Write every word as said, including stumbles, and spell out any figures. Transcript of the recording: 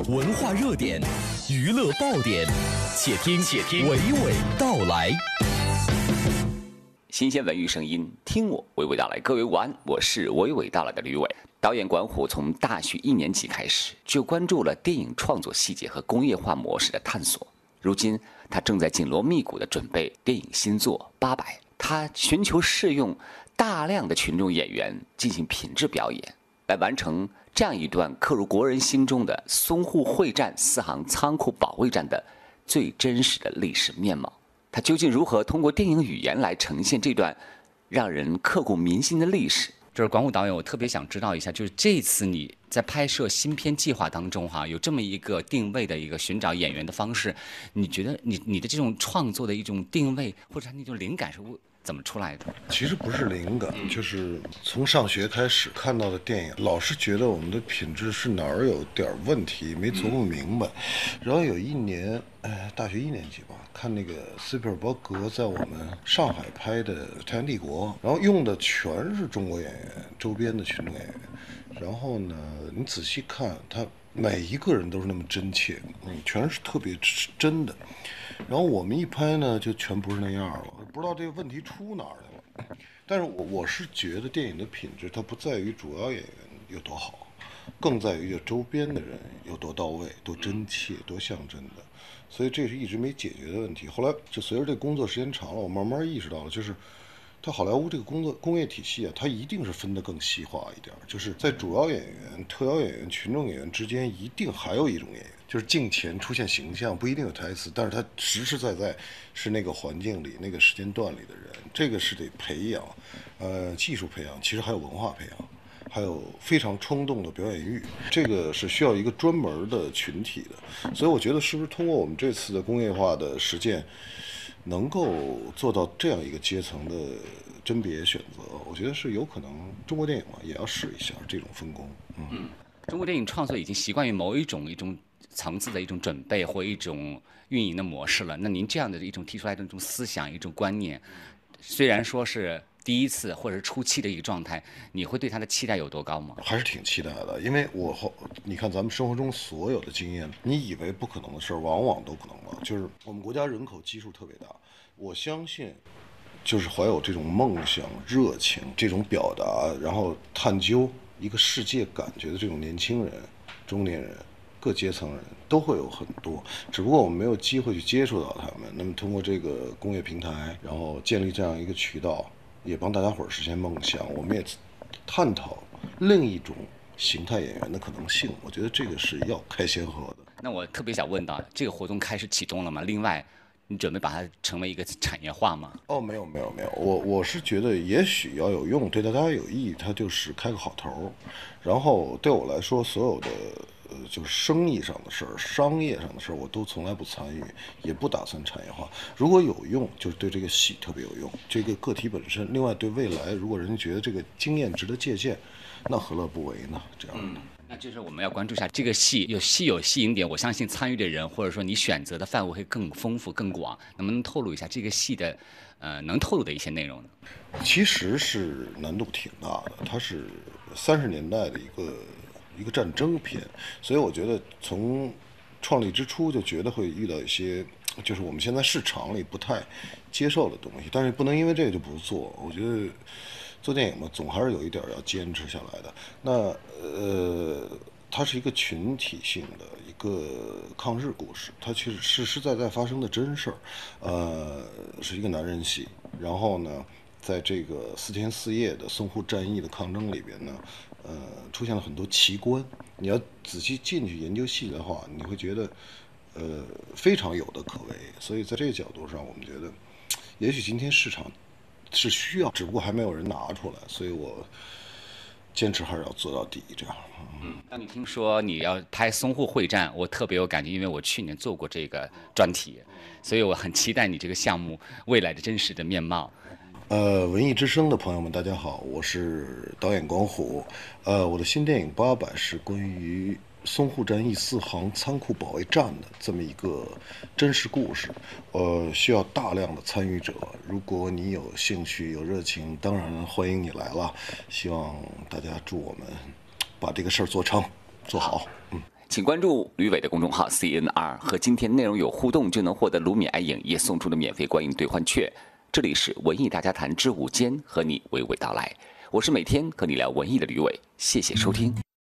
文化热点、娱乐爆点，且听且听娓娓道来。 新鲜文娱声音，听我娓娓道来。各位晚安，我是娓娓道来的吕伟。导演管虎从大学一年级开始就关注了电影创作细节和工业化模式的探索。如今，他正在紧锣密鼓地准备电影新作《八佰》，他寻求试用大量的群众演员进行品质表演，来完成这样一段刻入国人心中的淞沪会战四行仓库保卫战的最真实的历史面貌。他究竟如何通过电影语言来呈现这段让人刻骨铭心的历史？就是管虎导演，我特别想知道一下，就是这次你在拍摄新片计划当中哈，有这么一个定位的一个寻找演员的方式，你觉得你你的这种创作的一种定位或者那种灵感是怎么出来的？ 其实不是灵感，就是从上学开始看到的电影，老是觉得我们的品质是哪儿有点问题，没琢磨明白。然后有一年，呃，大学一年级吧，看那个斯皮尔伯格在我们上海拍的《太阳帝国》，然后用的全是中国演员，周边的群众演员。然后呢，你仔细看，他每一个人都是那么真切，嗯，全是特别真的。然后我们一拍呢，就全不是那样了，不知道这个问题出哪儿去了。但是我我是觉得电影的品质，它不在于主要演员有多好，更在于周边的人有多到位、多真切、多像真的。所以这是一直没解决的问题。后来就随着这工作时间长了，我慢慢意识到了，就是它好莱坞这个工作工业体系啊，它一定是分得更细化一点，就是在主要演员、特邀演员、群众演员之间，一定还有一种演员，就是镜前出现形象，不一定有台词，但是他实实在在是那个环境里、那个时间段里的人，这个是得培养，呃，技术培养，其实还有文化培养，还有非常冲动的表演欲，这个是需要一个专门的群体的。所以我觉得，是不是通过我们这次的工业化的实践，能够做到这样一个阶层的甄别选择，我觉得是有可能。中国电影嘛，也要试一下这种分工。嗯， 嗯中国电影创作已经习惯于某一种一种层次的一种准备或一种运营的模式了。那您这样的一种提出来的一种思想、一种观念，虽然说是第一次或者是初期的一个状态，你会对它的期待有多高吗？ 还是挺期待的，因为我后你看咱们生活中所有的经验，你以为不可能的事儿，往往都可能了。就是我们国家人口基数特别大，我相信，就是怀有这种梦想、热情、这种表达，然后探究一个世界感觉的这种年轻人、中年人、各阶层人都会有很多，只不过我们没有机会去接触到他们。那么通过这个工业平台，然后建立这样一个渠道，也帮大家伙儿实现梦想。我们也探讨另一种形态演员的可能性，我觉得这个是要开先河的。 那我特别想问到，这个活动开始启动了吗？另外，你准备把它成为一个产业化吗？ 哦，没有没有没有，我我是觉得也许要有用，对大家有意义，它就是开个好头。然后对我来说，所有的呃就是生意上的事儿、商业上的事儿，我都从来不参与，也不打算产业化。如果有用，就是对这个戏特别有用，这个个体本身。另外，对未来，如果人家觉得这个经验值得借鉴，那何乐不为呢？这样的。 嗯那就是我们要关注一下这个戏，有戏有吸引点，我相信参与的人或者说你选择的范围会更丰富、更广。能不能透露一下这个戏的，呃，能透露的一些内容呢？ 其实是难度挺大的，它是三十年代的一个一个战争片，所以我觉得从创立之初就觉得会遇到一些，就是我们现在市场里不太接受的东西，但是不能因为这个就不做。我觉得做电影嘛，总还是有一点要坚持下来的。那呃，它是一个群体性的一个抗日故事，它其实实实在在发生的真事儿。呃，是一个男人戏。然后呢，在这个四天四夜的淞沪战役的抗争里边呢，呃，出现了很多奇观。你要仔细进去研究戏的话，你会觉得，呃，非常有的可为。所以在这个角度上，我们觉得，也许今天市场是需要，只不过还没有人拿出来，所以我坚持还是要做到底。这样。 嗯，当你听说你要拍淞沪会战，我特别有感觉，因为我去年做过这个专题，所以我很期待你这个项目未来的真实的面貌。 呃，文艺之声的朋友们，大家好，我是导演管虎。呃，我的新电影《八佰》是关于淞沪战役四行仓库保卫战的这么一个真实故事，呃，需要大量的参与者。如果你有兴趣、有热情，当然欢迎你来了。希望大家祝我们把这个事儿做成、做好。嗯。 请关注吕伟的公众号 C N R， 和今天内容有互动就能获得卢米埃影业送出的免费观影兑换券。这里是文艺大家谈之午间，和你娓娓道来。我是每天和你聊文艺的吕伟，谢谢收听。